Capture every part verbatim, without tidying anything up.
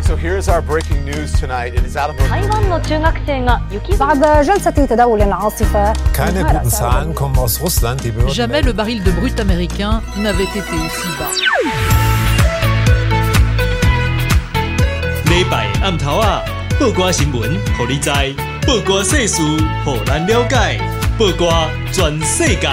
so here's our breaking news tonight. It is out of بعد جلسة تداول العاصفة Keine guten Zahlen kommen aus Russland. Die Behörden Jamais le baril de brut américain n'avait été aussi bas. 礼拜暗头啊，报歌新闻，互你知；报歌世事，互咱了解。报歌全世界。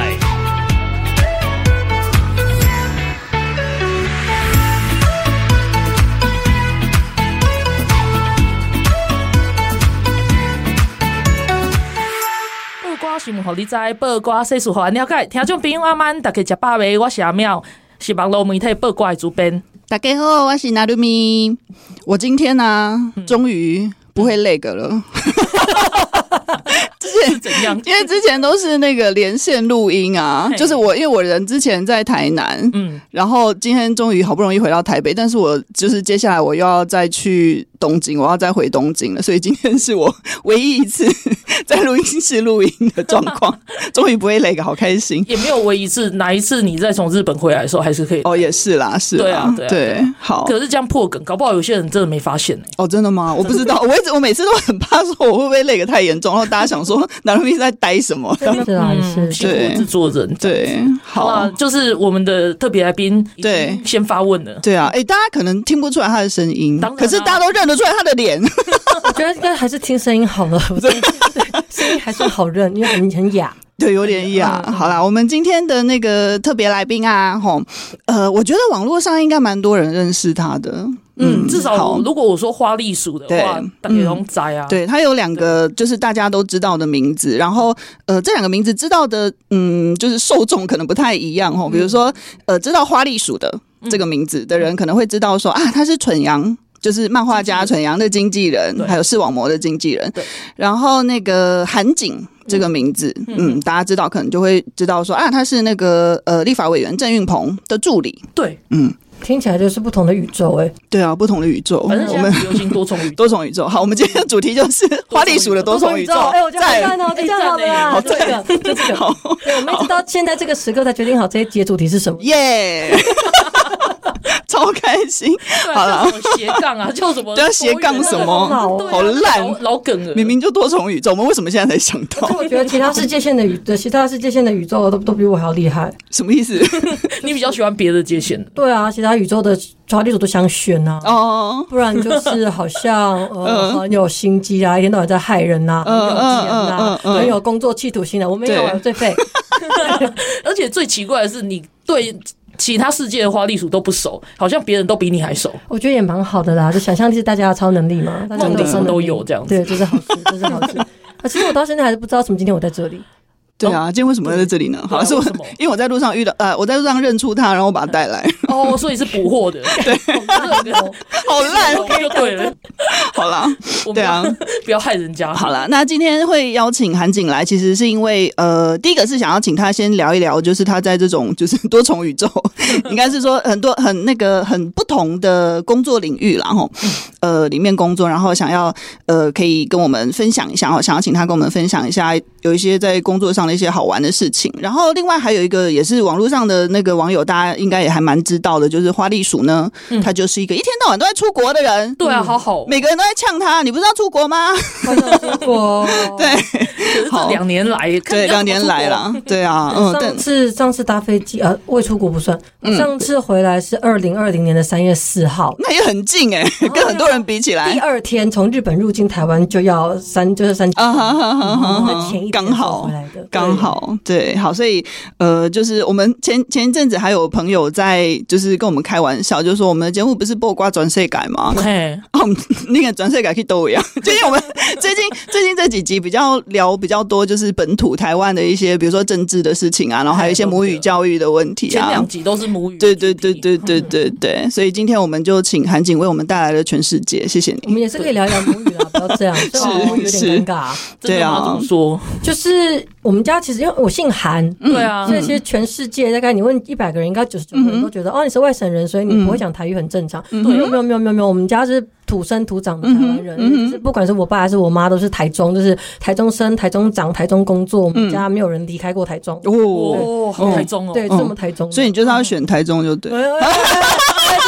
新闻互你知，报歌世事互咱了解。听众朋友阿曼，大家食饱未？我是阿妙，是网络媒体报歌的主编。 大家好，我是纳鲁米。我今天呢、啊，终于不会累个了。之前怎样？ 因为之前都是那个连线录音啊，就是我因为我人之前在台南，嗯，然后今天终于好不容易回到台北，但是我就是接下来我又要再去东京，我要再回东京了，所以今天是我唯一一次在录音室录音的状况，终于不会累个，好开心。 也没有唯一一次，哪一次你再从日本回来的时候还是可以？ 哦，也是啦，是啦， 对啊，对啊， 对，对好。 可是这样破梗，搞不好有些人真的没发现、欸、 哦，真的吗？我不知道，我一直我每次都很怕说我会不会累个太严重，然后大家想说哪路咪在呆什么？ 是啊，是辛苦制作人， 对，好啊，就是我们的特别来宾， 对， 先发问了， 对啊，哎、欸，大家可能听不出来他的声音， 啊、 可是大家都认得出来他的脸。 我觉得应该还是听声音好了，我觉得声音还算好认，因为很很哑。 对，有点哑。好啦，我们今天的那个特别来宾啊，吼，呃，我觉得网络上应该蛮多人认识他的。 嗯，至少如果我说花栗鼠的话，大家都知啊。 对，他有两个就是大家都知道的名字，然后呃，这两个名字知道的，嗯，就是受众可能不太一样吼。比如说，呃，知道花栗鼠的这个名字的人，可能会知道说啊，他是蠢羊。就是漫画家蠢羊的经纪人，还有视网膜的经纪人。然后那个韩景这个名字，嗯, 嗯，大家知道可能就会知道说啊，他是那个呃立法委员郑运鹏的助理。 对， 嗯。听起来就是不同的宇宙哎、欸， 对啊，不同的宇宙。 反正现在流行多重宇宙， 多重宇宙。好，我们今天的主题就是花栗鼠的多重宇宙。 哎、欸，我觉得好赞哦，这样好的啦， 好， 这个，就这个。好，对，我们一直到现在这个时刻才决定好这一节主题是什么。 耶、yeah! 超开心！好了， 斜杠啊，叫什么？ 叫斜杠什么？好烂， 老梗了。 明明就多重宇宙，我们为什么现在才想到？ 我觉得其他世界线的宇，其他世界线的宇宙都都比我还要厉害。 什么意思？ 你比较喜欢别的界限的？ 对啊，其他宇宙的花栗鼠都想选啊，哦，不然就是好像呃很有心机啊，一天到晚在害人啊，很有钱啊，很有工作企图心啊。我没有啊，最废。 而且最奇怪的是，你对其他世界的花栗鼠都不熟，好像别人都比你还熟。 我觉得也蛮好的啦，就想象力是大家的超能力嘛，大家梦里什么都有这样子。 对，这是好事，这是好事。其实我到现在还是不知道为什么今天我在这里。 对啊，今天为什么在这里呢？好像是我，因为我在路上遇到，呃，我在路上认出他，然后我把他带来。 哦，所以是捕获的。 对，好烂， 就对了。 好啦，对啊， 不要害人家。 好啦，那今天会邀请韩景来，其实是因为，呃，第一个是想要请他先聊一聊，就是他在这种就是多重宇宙，应该是说很多很那个很不同的工作领域啦，吼，呃，里面工作，然后想要呃可以跟我们分享一下，想要请他跟我们分享一下有一些在工作上的一些好玩的事情。然后另外还有一个也是网络上的那个网友，大家应该也还蛮知道的，就是花栗鼠呢，嗯、他就是一个一天到晚都在出国的人。 对啊，好好， 每个人都在呛他，你不是要出国吗？ 好想出国。 对， 可是这两年来， 对，两年来了，对啊，嗯， 上次上次搭飞机呃，未出国不算，嗯、上次回来是二零二零年的三月四号， 那也很近哎、欸，跟很多人比起来。 第二天从日本入境台湾就要三就是三啊哈哈哈哈，前一天刚好回来的，刚好对，好，所以呃，就是我们前前一阵子还有朋友在就是跟我们开玩笑，就说我们的节目不是播瓜转世改吗？ 对， 哦，那个转世改可以都一样，就因为我们最近最近这几集比较聊比较多，就是本土台湾的一些，比如说政治的事情啊，然后还有一些母语教育的问题啊。 前两集都是母语， 对对对对对对对，所以今天我们就请韩景为我们带来了全世界，谢谢你。 我们也是可以聊一聊母语啦，不要这样，是有点尴尬。 对啊， 怎么说？ 就是我们家其实因为我姓韩， 对啊， 所以其实全世界大概你问一百个人，应该九十九个人都觉得、嗯、哦你是外省人，所以你不会讲台语很正常。嗯、对，没有没有没有没有没有，我们家是土生土长的台湾人，嗯、就是不管是我爸还是我妈都是台中，就是台中生、台中长、台中工作，我们家没有人离开过台中。 哦，好台中哦， 对，这么台中、 嗯，所以你就是要选台中就对。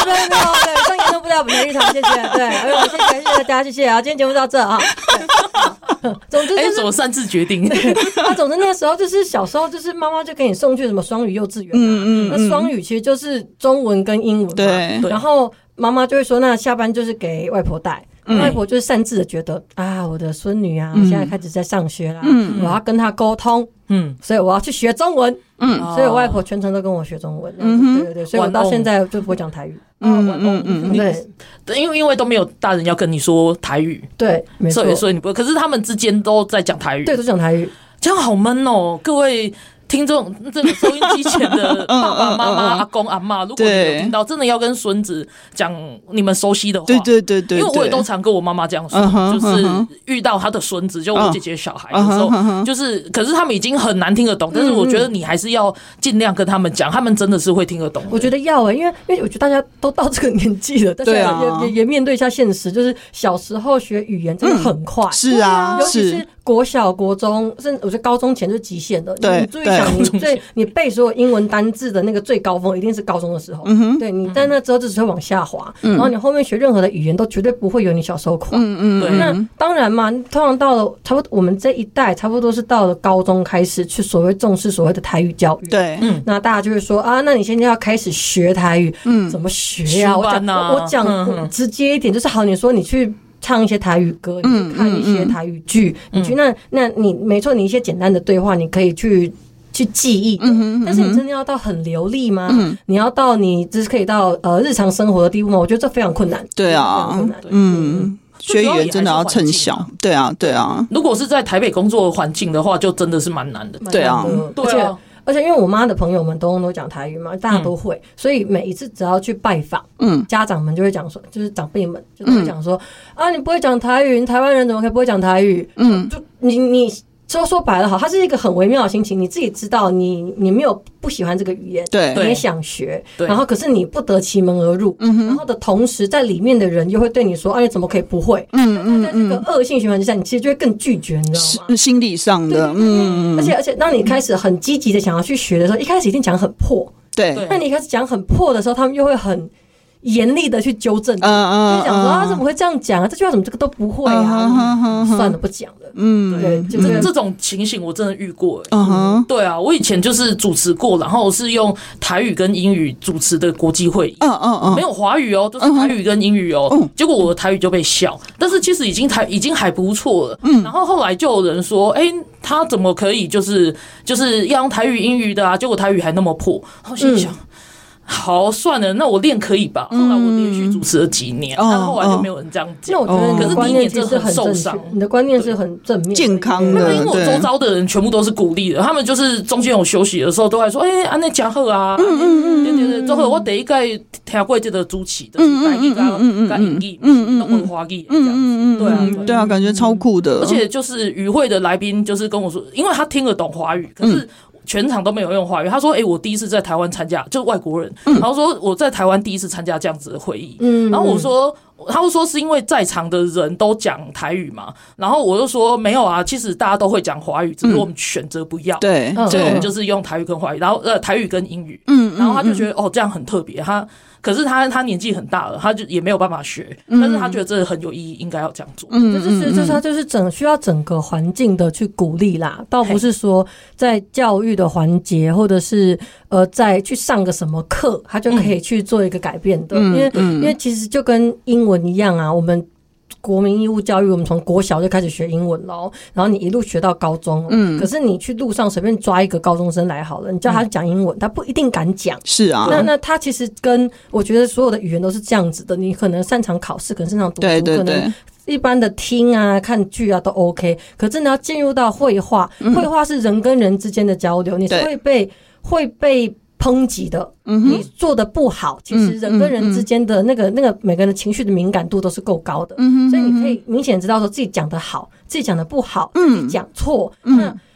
不要不要，对，上言论不了本台立场，谢谢，对，谢谢谢谢大家，谢谢啊，今天节目到这啊。总之就是， 哎，怎么擅自决定？ 他总之那个时候就是小时候，就是妈妈就给你送去什么双语幼稚园，嗯嗯，那双语其实就是中文跟英文嘛， 对， 然后妈妈就会说，那下班就是给外婆带。嗯、外婆就是擅自的觉得啊，我的孙女啊，嗯、现在开始在上学啦，嗯、我要跟她沟通，嗯，所以我要去学中文，嗯，所以我外婆全程都跟我学中文，嗯，对对对，所以我到现在就不会讲台语， 嗯嗯嗯，对，对，因为因为都没有大人要跟你说台语， 对，没错， 所以所以你不会，可是他们之间都在讲台语， 对，都讲台语， 这样好闷哦，各位。听众这个收音机前的爸爸妈妈、阿公阿嬷，如果你有听到，真的要跟孙子讲你们熟悉的话， 对对对对， 因为我也都常跟我妈妈这样说，就是遇到他的孙子，就我姐姐小孩的时候，就是可是他们已经很难听得懂，但是我觉得你还是要尽量跟他们讲，他们真的是会听得懂。 我觉得要诶、欸，因为因为我觉得大家都到这个年纪了，但是也也面对一下现实，就是小时候学语言真的很快， 是啊， 尤其是国小、国中，甚至我觉得高中前就是极限的。 对， 注意想你最你背所有英文单字的那个最高峰，一定是高中的时候。嗯哼，对，你在那之后就只会往下滑，嗯、然后你后面学任何的语言都绝对不会有你小时候快。嗯嗯，对。那当然嘛，通常到了差不多我们这一代，差不多是到了高中开始去所谓重视所谓的台语教育。 对， 嗯，那大家就会说啊，那你现在要开始学台语，嗯，怎么学呀、啊？我讲我讲、嗯、直接一点，就是好，你说你去。唱一些台语歌，你去看一些台语剧，嗯嗯嗯、你去那那你没错，你一些简单的对话，你可以去去记忆、嗯嗯，但是你真的要到很流利吗？嗯、你要到你只是可以到呃日常生活的地步吗？我觉得这非常困难。 对啊，嗯。嗯学语言真的要趁小，对啊，对啊。 如果是在台北工作环境的话，就真的是蛮难的。 对啊， 对啊。 而且因为我妈的朋友们都都讲台语嘛，大家都会，嗯、所以每一次只要去拜访，嗯，家长们就会讲说，就是长辈们就会讲说、嗯，啊，你不会讲台语，台湾人怎么可以不会讲台语？嗯，就你你。说说白了好，它是一个很微妙的心情，你自己知道你，你没有不喜欢这个语言， 对， 你也想学，然后可是你不得其门而入，嗯、然后的同时，在里面的人又会对你说，啊，你怎么可以不会？嗯嗯，在这个恶性循环之下，你其实就会更拒绝，你知道吗？ 心理上的，嗯， 而且而且，当你开始很积极的想要去学的时候，一开始一定讲很破， 对， 那你一开始讲很破的时候，他们又会很。严厉的去纠正，嗯嗯，就讲说啊，怎么会这样讲啊？这句话怎么这个都不会啊？算了，不讲了。嗯，对， 就是这种情形我真的遇过。嗯哼，对啊，我以前就是主持过，然后是用台语跟英语主持的国际会议。嗯嗯嗯，没有华语哦，就是台语跟英语哦。结果我的台语就被笑，但是其实已经台已经还不错了。嗯，然后后来就有人说，哎，他怎么可以就是就是要用台语英语的啊？结果台语还那么破，然后心想。好，算了，那我练可以吧？后来我连续主持了几年，但后来就没有人这样讲。 那我觉得， 可是第一年真的很受伤。 你的观念是很正面、 健康的。 因为我周遭的人全部都是鼓励的，他们就是中间有休息的时候都还说：“哎，安内加贺啊，嗯嗯嗯，对对对，之后我第一个听过这个主持的，台语跟跟英语，嗯嗯嗯，华语这样子，对啊对啊，感觉超酷的。 而且就是与会的来宾就是跟我说，因为他听得懂华语，可是。全场都没有用华语，他说：“哎、欸，我第一次在台湾参加，就是外国人。嗯、然后说我在台湾第一次参加这样子的会议。嗯，然后我说，他就说是因为在场的人都讲台语嘛。然后我就说没有啊，其实大家都会讲华语，只是我们选择不要。 对、 嗯，所以我们就是用台语跟华语，然后呃台语跟英语。嗯，然后他就觉得哦这样很特别，他。”可是他他年纪很大了，他就也没有办法学，但是他觉得这很有意义，应该要这样做。 嗯，就是就是他就是整需要整个环境的去鼓励啦，倒不是说在教育的环节或者是呃在去上个什么课，他就可以去做一个改变的。嗯、因为、嗯、因为其实就跟英文一样啊，我们。国民义务教育，我们从国小就开始学英文咯，然后你一路学到高中，嗯，可是你去路上随便抓一个高中生来好了，你叫他讲英文，嗯、他不一定敢讲， 是啊， 那那他其实跟我觉得所有的语言都是这样子的，你可能擅长考试，可能擅长读书， 对对对， 可能一般的听啊、看剧啊都 OK， 可真的要进入到绘画，绘、嗯、画是人跟人之间的交流，你是会被会被。抨击的，嗯、你做的不好，其实人跟人之间的那个、嗯、那个每个人的情绪的敏感度都是够高的，嗯、所以你可以明显知道说自己讲的好，自己讲的不好，自己讲错，嗯、那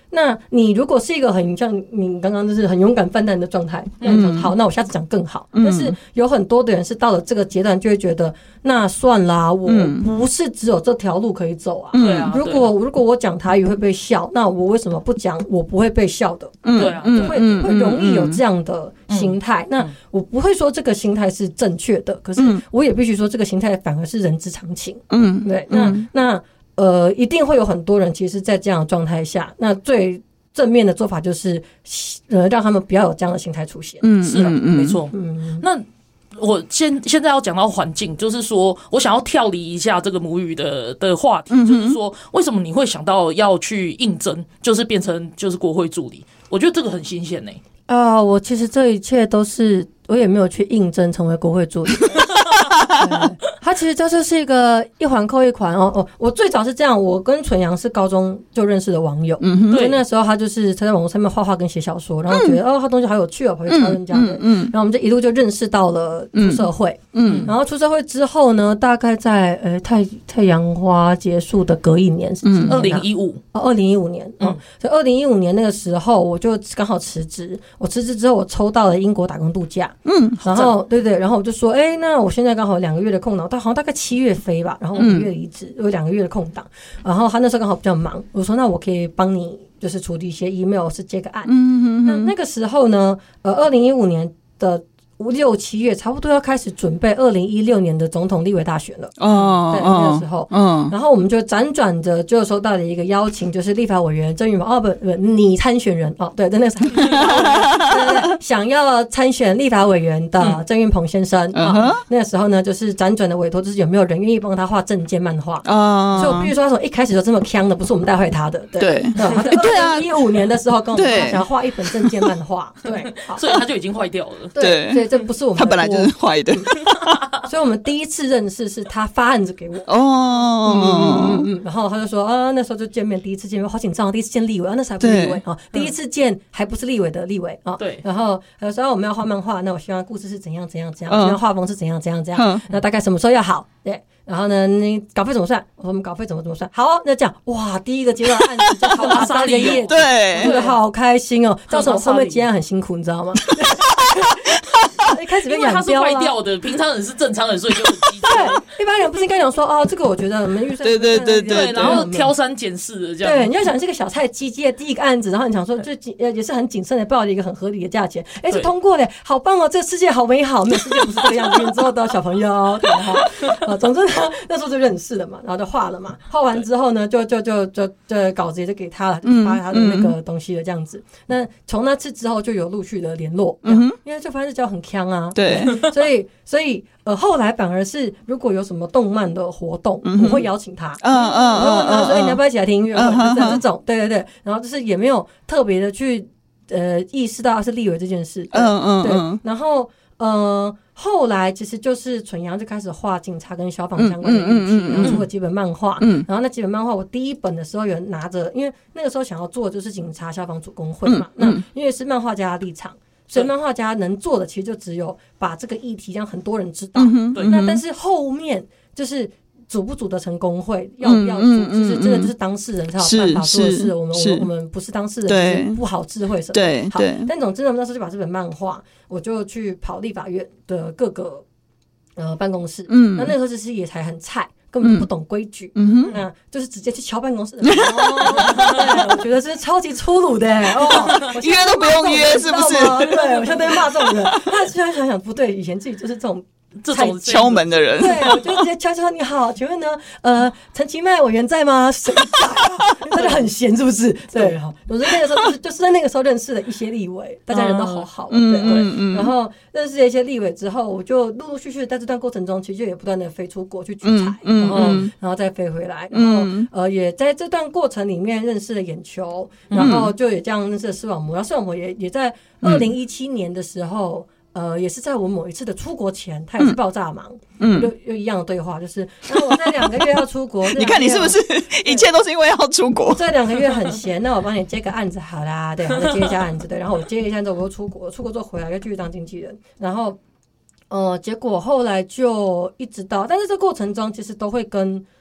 那你如果是一个很像你刚刚就是很勇敢泛滥的状态，那你说好，那我下次讲更好。但是有很多的人是到了这个阶段就会觉得，那算啦，我不是只有这条路可以走啊。 对啊， 如果如果我讲台语会被笑，那我为什么不讲我不会被笑的？ 对啊， 就会会容易有这样的心态。那我不会说这个心态是正确的，可是我也必须说这个心态反而是人之常情。嗯，对，那那。呃，一定会有很多人，其实在这样的状态下，那最正面的做法就是，呃，让他们不要有这样的心态出现。 嗯，是的，没错。嗯，那我现现在要讲到环境，就是说我想要跳离一下这个母语的的话题，就是说，为什么你会想到要去应征，就是变成就是国会助理？我觉得这个很新鲜呢、欸。 啊、呃，我其实这一切都是我也没有去应征成为国会助理。他其实这就是一个一环扣一环哦哦。我最早是这样，我跟纯阳是高中就认识的网友，嗯，所以那时候他就是他在网络上面画画跟写小说，然后觉得、嗯、哦他东西好有趣哦，跑去抄人家的，嗯，嗯然后我们就一路就认识到了出社会，嗯，然后出社会之后呢，大概在呃太太阳花结束的隔一年是几年、啊？二零一五哦，二零一五年，嗯，所以二零一五年那个时候我就刚好辞职，我辞职之后我抽到了英国打工度假，嗯，然后对对，然后我就说，哎、欸，那我现在刚好两个月的空档，到好像大概七月飞吧，然后五月离职，有两个月的空档。然后他那时候刚好比较忙，我说那我可以帮你，就是处理一些 email 是接个案。嗯那那个时候呢，呃，二零一五年的五六七月，差不多要开始准备二零一六年的总统立委大选了。哦，对，那个时候，嗯，然后我们就辗转着就收到了一个邀请，就是立法委员郑运鹏，哦不不，你参选人哦，对，真的是想要参选立法委员的郑运鹏先生。嗯哦、那个时候呢，就是辗转的委托，就是有没有人愿意帮他画政见漫画啊？所以我必须说，他从一开始就这么呛的，不是我们带坏他的。对对，他在二零一五年的时候跟我们说想要画一本政见漫画，对， 所以他就已经坏掉了。 对对。这不是我们他本来就是坏的， 所以我们第一次认识是他发案子给我哦，嗯嗯嗯，然后他就说啊，那时候就见面，第一次见面好紧张，第一次见立委啊，那时候还不是立委啊，第一次见还不是立委的立委啊，对，然后他就说、啊、我们要画漫画，那我希望故事是怎样怎样怎样，我希望画风是怎样怎样怎样，那大概什么时候要好？对。然后呢，你稿费怎么算？我说我们稿费怎么怎么算？好、哦，那这样哇，第一个阶段案子就好了三个月， 对， 觉得好开心哦。造成我后面接案很辛苦，你知道吗？一开始被养刁、啊， 因为他是坏掉的，平常人是正常人，所以就很机车。 对，一般人不是应该讲说哦，这个我觉得我们预算对对对对对，然后挑三拣四的这样。 对，你要想这个小菜鸡接第一个案子，然后你想说就也是很谨慎的报了一个很合理的价钱，哎，是通过的，好棒哦，这个世界好美好，没有世界不是这个样子，你之后都有小朋友，对哈。啊，总之呢，那时候就认识了嘛，然后就画了嘛，画完之后呢，就就就就就稿子也就给他了，就发他的那个东西了这样子。那从那次之后就有陆续的联络，嗯，因为就发现这叫很呛啊， 对， 所以所以呃后来反而是如果有什么动漫的活动，嗯、我会邀请他，嗯嗯嗯，然后他说、欸、你要不要一起来听音乐会？嗯、就这种，对对对，然后就是也没有特别的去呃意识到他是立委这件事，嗯嗯对，然后呃。后来其实就是纯阳就开始画警察跟消防相关的议题，然后出了几本漫画，然后那几本漫画我第一本的时候有拿着，因为那个时候想要做的就是警察消防组工会嘛，那因为是漫画家的立场，所以漫画家能做的其实就只有把这个议题让很多人知道，对，那但是后面就是组不组得成工会，要不要组，就是真的就是当事人才有办法做的事。我们我们我们不是当事人，就是不好智慧什么的。 对， 好，但总之呢，那时候就把这本漫画，我就去跑立法院的各个呃办公室。嗯，那那时候其实也才很菜。根本就不懂规矩，嗯哼，那就是直接去敲办公室的。哦，对，我觉得是超级粗鲁的哦， 约都不用约，是不是？ 对，我现在被骂这种人，那现在想想不对，以前自己就是这种。 这种敲门的人， 对，我就直接敲敲你好，请问呢，呃，陈其迈委员在吗？谁在啊？他就很闲，是不是？对，好，我是那个时候就是就是在那个时候认识了一些立委，大家人都好好，对对嗯。然后认识了一些立委之后，我就陆陆续续在这段过程中，其实就也不断的飞出国去取材，然后然后再飞回来，然后呃也在这段过程里面认识了眼球，然后就也这样认识了视网膜，然后视网膜也也在二零一七年的时候。呃，也是在我某一次的出国前，他也是爆炸忙，嗯，又又一样的对话，就是那我在两个月要出国， 你看你是不是一切都是因为要出国？ 这两个月很闲，那我帮你接个案子好啦，对，我接一下案子，对，然后我接一下之后我又出国，出国之后回来又继续当经纪人，然后呃，结果后来就一直到，但是这过程中其实都会跟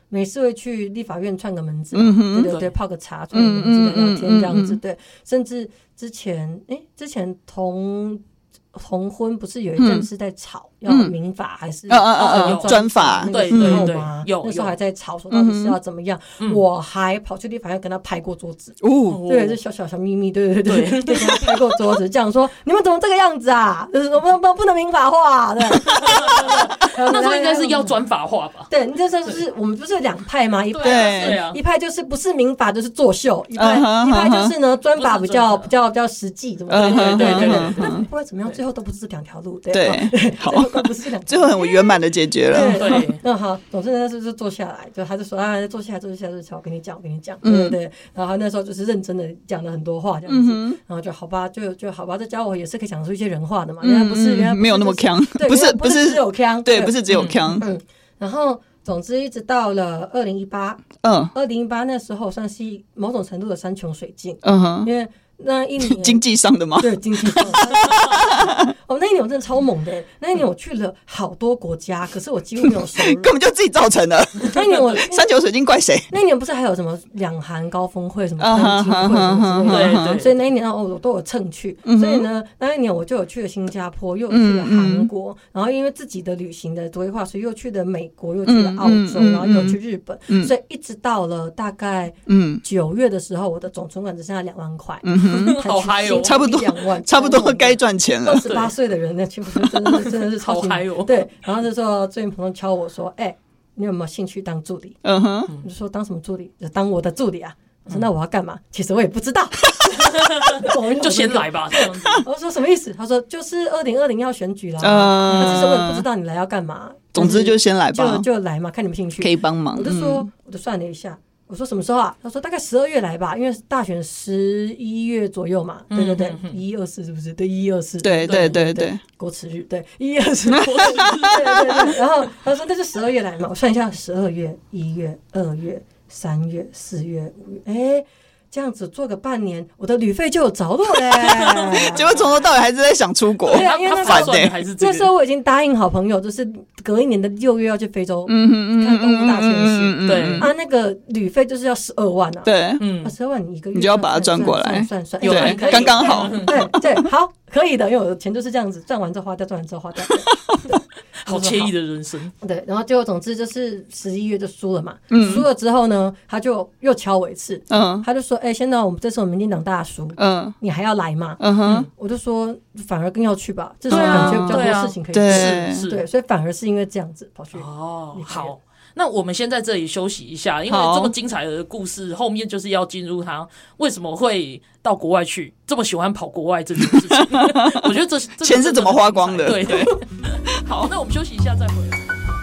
每次会去立法院串个门子，嗯、对对对，泡个茶，串个门子聊聊天这样子，对，甚至之前哎，之前同。同婚不是有一阵是在吵、嗯、要民法还是专法？ 对对对，有那时候还在吵说到底是要怎么样。 嗯、 我还跑去立法院跟他拍过桌子，哦，对，是小小小秘密，对对对对，对跟他拍过桌子，这样说你们怎么这个样子啊？就是不不不能民法化，对。 那时候应该是要专法化吧？ 对，那时候就是我们不是有两派吗？一派对啊， 一派就是不是民法就是作秀，一派一派就是呢专法比较比较比较实际，怎么对对对对对，不管怎么样，最后都不是这两条路，对对，好，不是两， 最后很圆满的解决了。 对，那好，总之呢就是坐下来，就他就说啊，坐下来坐下来坐下来，我跟你讲，我跟你讲，对对对。然后他那时候就是认真的讲了很多话，这样子，然后就好吧，就就好吧，这家伙也是可以讲出一些人话的嘛，原来不是原来没有那么强， 不是不是只有强， 对，不是只有强。 嗯，然后总之一直到了二零一八，嗯，二零一八那时候算是某种程度的山穷水尽，嗯哼，因为那一年经济上的吗？ 对，经济上的。哦，那一年我真的超猛的，那一年我去了好多国家，可是我几乎没有收入， 根本就自己造成的。 那一年我山穷水尽怪谁？ 那一年不是还有什么两韩高峰会、什么三金会什么之类的，对对，所以那一年哦我都有蹭去，所以呢那一年我就有去了新加坡，又去了韩国，然后因为自己的旅行的规划，所以又去了美国，又去了澳洲，然后又去日本，所以一直到了大概九月的时候，我的总存款只剩下两万块。 好嗨哦， 差不多差不多该赚钱了。 二十八岁的人呢，岂不是真的是真的是超嗨哦？ 对，然后这时候最近朋友敲我说：“哎、欸，你有没有兴趣当助理？”嗯哼，我就说当什么助理？就当我的助理啊。我说那我要干嘛？其实我也不知道， 就先来吧。这样子， 我说什么意思？他说就是二零二零要选举啦，呃、其实我也不知道你来要干嘛。 总之就先来吧， 就就来嘛，看你们兴趣， 可以帮忙。 我就说，嗯、我就算了一下。我说什么时候啊？他说大概十二月来吧，因为大选十一月左右嘛。对对对，一一二四是不是？对，一一二四。 对对对对， 国耻日，对，一一二四。对对对。然后他说那就十二月来嘛，我算一下，十二月、一月、二月、三月、四月、五月，哎。这样子做个半年，我的旅费就有着落嘞。 结果从头到尾还是在想出国， 对啊，因为那时候还是、这个、 那时候我已经答应好朋友，就是隔一年的六月要去非洲，嗯嗯嗯，看动物大迁徙。对啊，那个旅费就是要十二万啊。 对， 嗯，十二万你一个月你就要把它赚过来， 算算， 对，刚刚好。 对对，好，可以的，因为我的钱就是这样子，赚完之后花掉，赚完之后花掉。 好惬意的人生。 对，然后结果总之就是十一月就输了嘛，嗯，输了之后呢，他就又敲我一次，嗯，他就说，哎、欸，现在我们这次我们民进党大输，嗯，你还要来吗？嗯哼，我就说反而更要去吧，至少感觉比较多事情可以做， 对， 是，对，所以反而是因为这样子跑去。 哦，好。那我们先在这里休息一下，因为这么精彩的故事后面就是要进入他为什么会到国外去，这么喜欢跑国外这件事情。我觉得这钱是怎么花光的？ 对对。好，那我们休息一下再回来。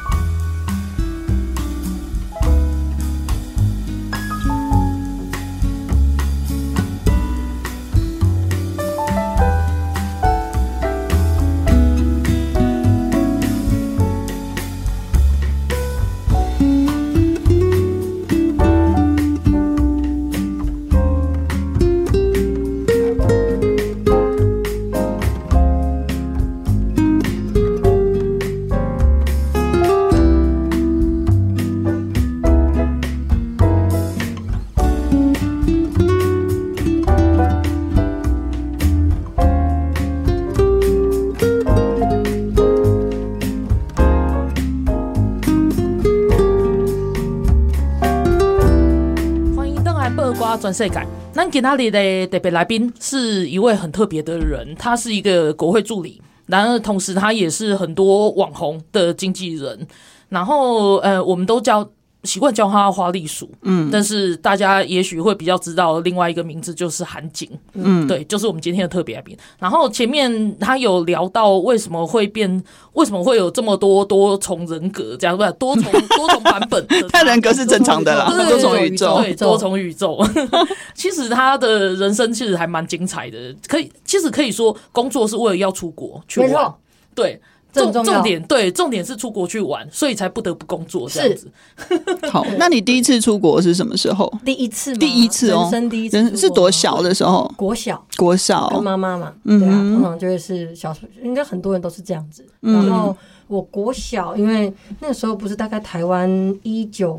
全世界，咱今天的特别来宾是一位很特别的人，他是一个国会助理，然而同时他也是很多网红的经纪人，然后呃，我们都叫习惯叫他花栗鼠，嗯，但是大家也许会比较知道另外一个名字就是韩景，嗯，对，就是我们今天的特别来宾。然后前面他有聊到为什么会变，为什么会有这么多多重人格，这样不是多重多重版本的， 他人格是正常的啦，多重宇宙， 对，多重宇宙。其实他的人生其实还蛮精彩的，可以，其实可以说工作是为了要出国去玩，对。重重点对，重点是出国去玩，所以才不得不工作这样子。 好，那你第一次出国是什么时候？ 第一次吗？ 第一次哦， 人生第一次是多小的时候？ 国小， 国小跟妈妈嘛，嗯、对啊，通常就会是小时候，应该很多人都是这样子。嗯、然后我国小，因为那时候不是大概台湾一九。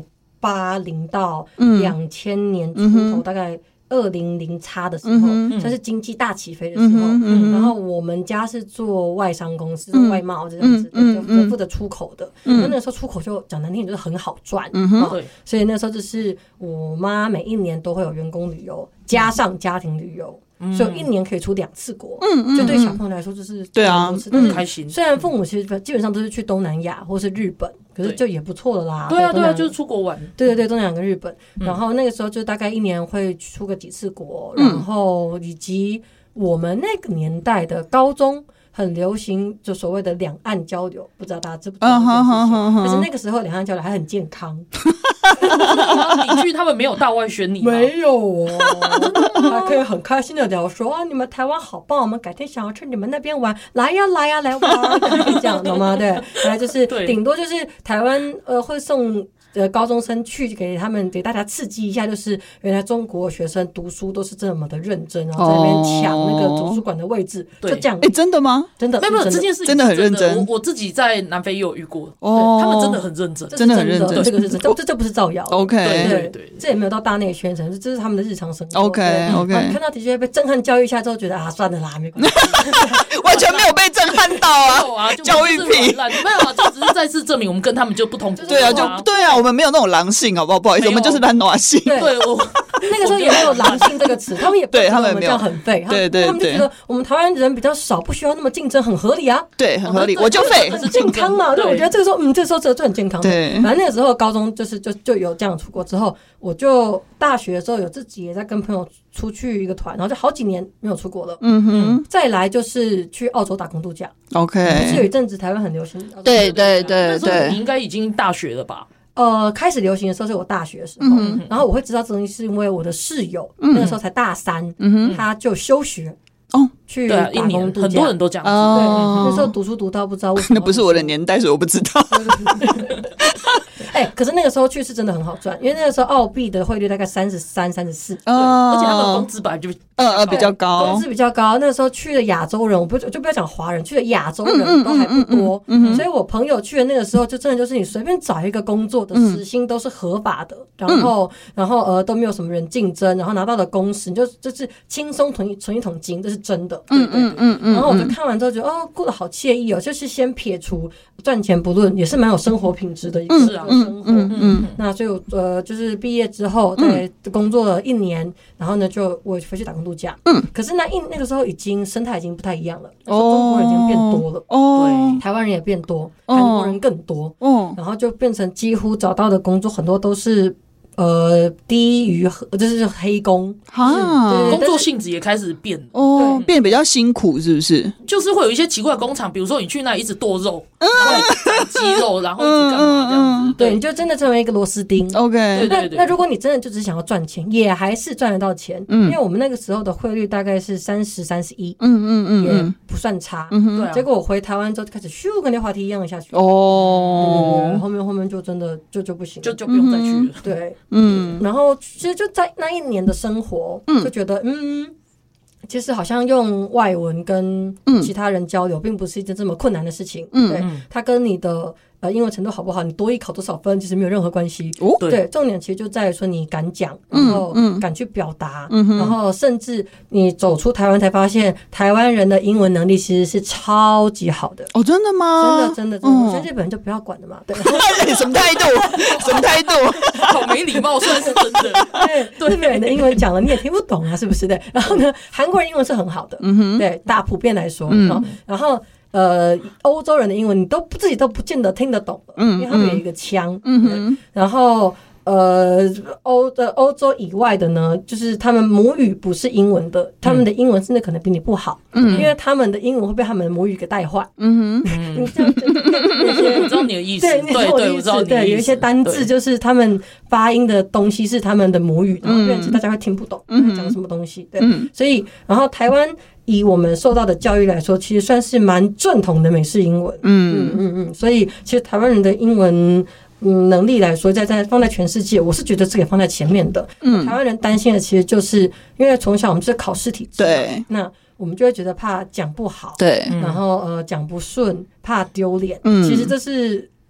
八零到两千年出头，嗯、大概二零零差的时候，嗯、算是经济大起飞的时候。嗯嗯、然后我们家是做外商公司，做、嗯、外贸这样子，嗯、就负责出口的。嗯、那那时候出口就讲难听点就是很好赚，嗯哦、所以那时候就是我妈每一年都会有员工旅游，加上家庭旅游。嗯、所以一年可以出两次国，嗯嗯，就对小朋友来说就是对啊， 很开心。 虽然父母其实基本上都是去东南亚或是日本，可是就也不错了啦。 对啊，对啊，就是出国玩。 对对对，东南亚跟日本，然后那个时候就大概一年会出个几次国，嗯、然后以及我们那个年代的高中。很流行就所谓的两岸交流，不知道大家知不知道这件事情？可是那个时候两岸交流还很健康。 邻居他们没有大外宣你吗？ 没有哦，还可以很开心的聊说啊，你们台湾好棒，我们改天想要去你们那边玩，来呀来呀来玩，可以这样懂吗？对，后来就是顶多就是台湾呃会送。呃，高中生去给他们给大家刺激一下，就是原来中国学生读书都是这么的认真，然后在那边抢那个图书馆的位置，哦、就这样。 哎、欸，真的吗？ 真的， 没有没有，这件事情真的很认真。 我我自己在南非也有遇过，哦，他们真的很认真， 真的很认真。 这个是真的，这这不是造谣。 OK， 对对对， 这也没有到大内宣传，这是他们的日常生活。 OK OK， 看到的确被震撼教育一下之后，觉得啊，算了啦，没关系， 完全没有被震撼到啊，教育品没有啊，就只是再次证明我们跟他们就不同。 对啊，就对啊，我们没有那种狼性。好不好？不好意思，我们就是懒惰性。 对，我那个时候也没有狼性这个词，他们也不觉得我们这样很废。 对对对， 他们就觉得我们台湾人比较少，不需要那么竞争，很合理啊。 对，很合理，我就废， 是健康嘛。对，我觉得这个时候，嗯，这个时候这就很健康。 对， 反正那个时候高中就是就就有这样出国之后，我就大学的时候有自己也在跟朋友出去一个团，然后就好几年没有出国了。嗯哼，再来就是去澳洲打工度假。 OK， 不是有一阵子台湾很流行？ 对对对对， 你应该已经大学了吧？ 呃，开始流行的时候是我大学的时候，嗯、然后我会知道这东西是因为我的室友、嗯、那个时候才大三，嗯、他就休学哦，去打工度假， 很多人都这样子。 对，那时候读书读到不知道为什么， 那不是我的年代，所以我不知道。 哎、欸，可是那个时候去是真的很好赚，因为那个时候澳币的汇率大概三十三、三十四， 对，而且他们工资本来就呃呃比较高， 工资比较高。那个时候去的亚洲人，我不就不要讲华人，去的亚洲人都还不多，嗯嗯嗯嗯、所以我朋友去的那个时候，就真的就是你随便找一个工作的时薪都是合法的，嗯、然后然后呃都没有什么人竞争，然后拿到的工时你就就是轻松存一存一桶金，这是真的，对对对。嗯嗯嗯、然后我就看完之后觉得哦，过得好惬意哦，就是先撇除赚钱不论，也是蛮有生活品质的一个生活。嗯嗯嗯，那所以我呃，就是毕业之后在工作了一年，然后呢，就我回去打工度假。嗯，可是那一那个时候已经生态已经不太一样了，那时候中国人已经变多了，哦，对，台湾人也变多，韩国人更多，哦，然后就变成几乎找到的工作很多都是。呃，低于就是黑工啊，工作性质也开始变哦，变得比较辛苦，是不是？ 就是会有一些奇怪的工厂，比如说你去那一直剁肉，然后宰鸡肉，然后一直干嘛这样子？ 对，你就真的成为一个螺丝钉。 OK， 对对对。 那如果你真的就只想要赚钱，也还是赚得到钱，嗯，因为我们那个时候的汇率大概是三十、三十一，嗯嗯嗯，也不算差。嗯对。结果我回台湾之后就开始咻，跟溜滑梯一样的下去。哦，后面后面就真的就就不行， 就就不用再去了。 对。嗯，然后其实就在那一年的生活，嗯、就觉得嗯，其实好像用外文跟其他人交流，并不是一件这么困难的事情。嗯，对，它跟你的呃英文程度好不好，你多一考多少分，其实没有任何关系。哦，对，重点其实就在于说你敢讲，然后敢去表达，嗯、然后甚至你走出台湾才发现，台湾人的英文能力其实是超级好的。 哦，真的吗？ 真的，真的，真的。我觉得日本人就不要管了嘛。对， 什么态度？什么态度？ 好没礼貌，虽然是真的。 对，日本人的英文讲了你也听不懂啊，是不是？对。然后呢，韩国人英文是很好的，嗯哼，对，大普遍来说，嗯，然后。呃，欧洲人的英文你都自己都不见得听得懂，嗯，因为他们有一个腔，嗯哼，然后呃，欧的欧洲以外的呢，就是他们母语不是英文的，他们的英文真的可能比你不好，嗯，因为他们的英文会被他们的母语给带坏，嗯哼，你这样我知道你的意思，对对对，我知道你的意思， 对，有一些单字就是他们发音的东西是他们的母语，然后变成大家会听不懂讲什么东西，对，所以然后台湾。以我们受到的教育来说，其实算是蛮正统的美式英文。嗯嗯嗯，所以其实台湾人的英文嗯能力来说，在在放在全世界，我是觉得这个放在前面的。嗯，台湾人担心的其实就是因为从小我们是考试体制，对，那我们就会觉得怕讲不好，对，然后呃讲不顺，怕丢脸。嗯，其实这是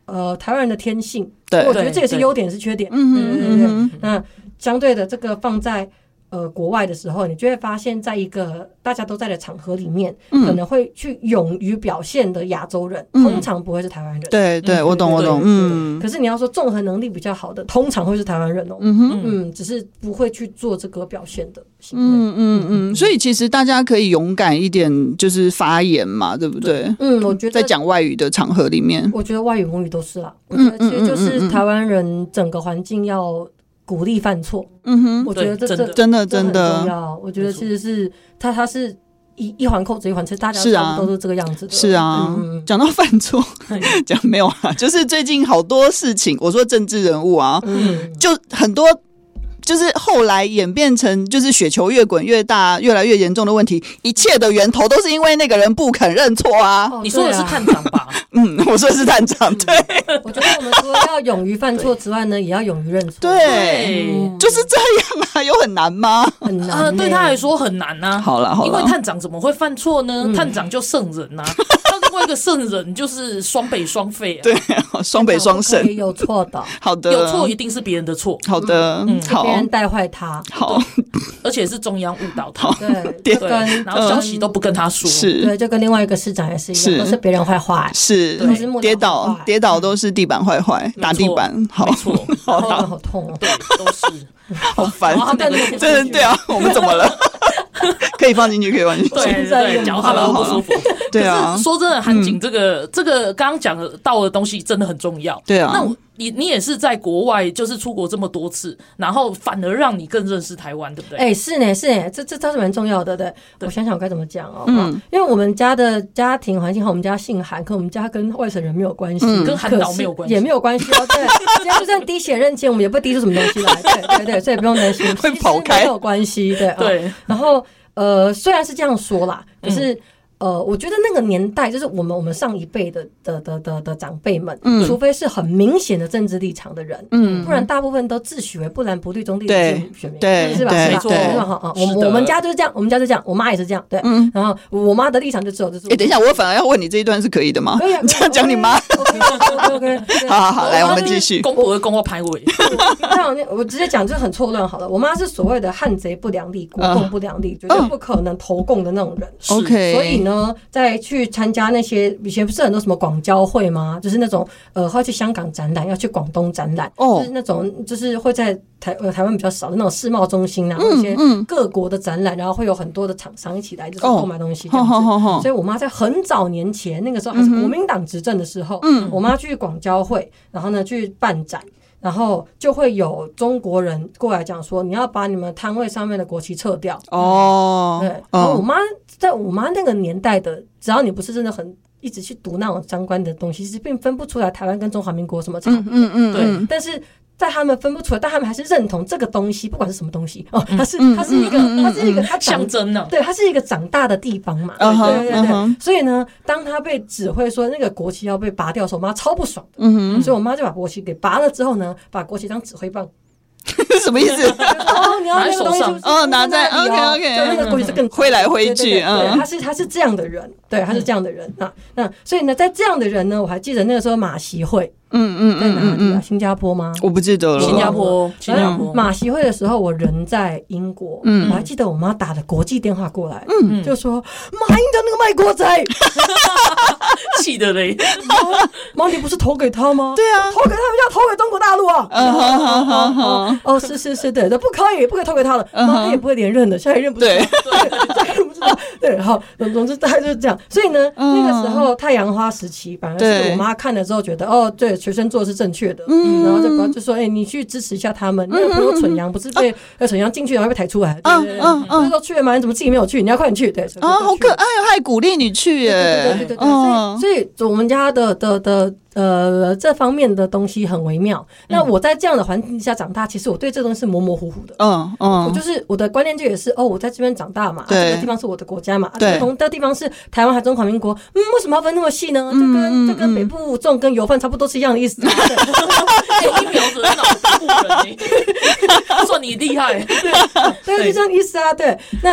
呃台湾人的天性， 对， 我觉得这也是优点是缺点，嗯对对对对。那相对的这个放在呃国外的时候，你就会发现在一个大家都在的场合里面，嗯、可能会去勇于表现的亚洲人，嗯、通常不会是台湾人。 对对，我懂我懂，嗯。 可是你要说综合能力比较好的，通常会是台湾人哦。嗯哼，嗯，只是不会去做这个表现的行为。 嗯嗯嗯，所以其实大家可以勇敢一点，就是发言嘛，对不对？ 嗯，我觉得在讲外语的场合里面， 我觉得外语母语都是啦。我觉得其实就是台湾人整个环境要鼓励犯错。嗯哼，我觉得这这真的真的很重要。我觉得其实是他他是一一环扣着一环，其实大家差不多都是这个样子的。 是啊，讲、嗯、到犯错，讲没有啊，就是最近好多事情，我说政治人物啊，嗯、就很多。就是后来演变成就是雪球越滚越大越来越严重的问题，一切的源头都是因为那个人不肯认错啊、 哦、你说的是探长吧？ 嗯，我说的是探长。对、 嗯、我觉得我们除了要勇于犯错之外呢，也要勇于认错。 对、嗯、就是这样啊。有很难吗？ 很难、欸呃、对他来说很难啊。 好啦好啦， 因为探长怎么会犯错呢、嗯、探长就圣人啊另外一个圣人就是双北双废、啊、 对，双北双圣也有错的。 好的， 有错一定是别人的错。 好的，嗯，好， 别人带坏他， 好， 而且是中央误导他， 对， 对，然后消息都不跟他说， 是， 对，就跟另外一个市长也是一样，都是别人坏坏， 是，都是跌倒，跌倒都是地板坏坏，打地板，好， 没错， 好，好痛哦， 对，都是， 好烦，真的对啊，我们怎么了？可以放进去，可以放进去。 对对，讲话都不舒服。 对啊， 可是说真的，韩景这个、嗯、这个刚刚讲到的东西真的很重要。 对啊， 那我你你也是在国外，就是出国这么多次，然后反而让你更认识台湾，对不对？ 哎、欸，是呢，是呢，这这倒是蛮重要的，对。我想想我该怎么讲哦。嗯，因为我们家的家庭环境和我们家姓韩，可我们家跟外省人没有关系、嗯， 跟韩导没有关系， 也没有关系哦。对，今天就算滴血认亲，我们也不会滴出什么东西来。对对对，所以不用担心， 会跑开， 没有关系。对对、哦，然后。呃，虽然是这样说啦，可是、嗯、呃，我觉得那个年代就是我们我们上一辈的的的的的长辈们，嗯，除非是很明显的政治立场的人，嗯，不然大部分都自詡为不蓝不绿中立的选民， 对， 是吧？ 对， 是吧？对，哈，我我们家就是这样，我们家就这样，我妈也是这样，对，嗯，然后我妈的立场就只有就是， 哎、欸，等一下，我反而要问你这一段是可以的吗？ 可以啊， 这样讲你妈 ，OK OK， 好好好，来，我们继续， 公婆的公婆排位， 那我直接讲就是很错乱好了，我妈是所谓的汉贼不良力，国共不良力，绝对不可能投共的那种人 ，OK， 所以呢，在去参加那些以前不是很多什么广交会吗？就是那种呃，会去香港展览，要去广东展览，哦，就是那种就是会在台呃台湾比较少的那种世贸中心啊，嗯、一些各国的展览，然后会有很多的厂商一起来就是购买东西这样子。哦、所以我妈在很早年前，那个时候还是国民党执政的时候，嗯，我妈去广交会，然后呢去办展。然后就会有中国人过来讲说，你要把你们摊位上面的国旗撤掉。哦，对。然后我妈在我妈那个年代的，只要你不是真的很一直去读那种相关的东西，其实并分不出来台湾跟中华民国什么差别。嗯嗯对。但是在他们分不出来，但他们还是认同这个东西，不管是什么东西哦，它是它是一个它是一个它象征呢， 对，它是一个长大的地方嘛，对对对对。所以呢，当他被指挥说那个国旗要被拔掉的时候，我妈超不爽的，嗯，所以我妈就把国旗给拔了之后呢，把国旗当指挥棒。 什么意思？ 哦，你要那个东西哦，拿在 OK OK， 那个国旗是更挥来挥去， 嗯，他是他是这样的人，对，他是这样的人啊，那所以呢，在这样的人呢，我还记得那个时候马习会。嗯嗯，在哪里啊？新加坡吗？ 我不记得了。 新加坡，新加坡。 马习会的时候，我人在英国，嗯，我还记得我妈打了国际电话过来，嗯，就说马英九那个卖国仔， 气的嘞。 妈，你不是投给他吗？ 对啊， 投给他们要投给中国大陆啊。嗯，好好好好。哦，是是是，对，不可以，不可以投给他了。妈，他也不会连任的，下一任不知道，对，下一任不知道。对，好，总之大概就是这样。所以呢，那个时候太阳花时期，反而是我妈看了之后觉得，哦，对。学生做的是正确的，嗯，然后就就说，哎、欸，你去支持一下他们。那个朋友蠢羊不是被呃蠢羊进去，然后被抬出来，对对对，嗯嗯，说去了嘛，你怎么自己没有去？你要快点去，对， 啊，好可爱，他还鼓励你去耶， 对对对对对，所以所以我们家的的的。呃，这方面的东西很微妙。那我在这样的环境下长大，其实我对这东西是模模糊糊的。嗯嗯，我就是我的观念就也是，哦，我在这边长大嘛，啊、这个地方是我的国家嘛，对，同、啊、的地方是台湾还中华民国，嗯，为什么要分那么细呢？就跟、嗯、就跟北部粽跟油饭差不多是一样的意思。 一秒子在脑部人，算你厉害。 对，对，就这样的意思啊。对，那。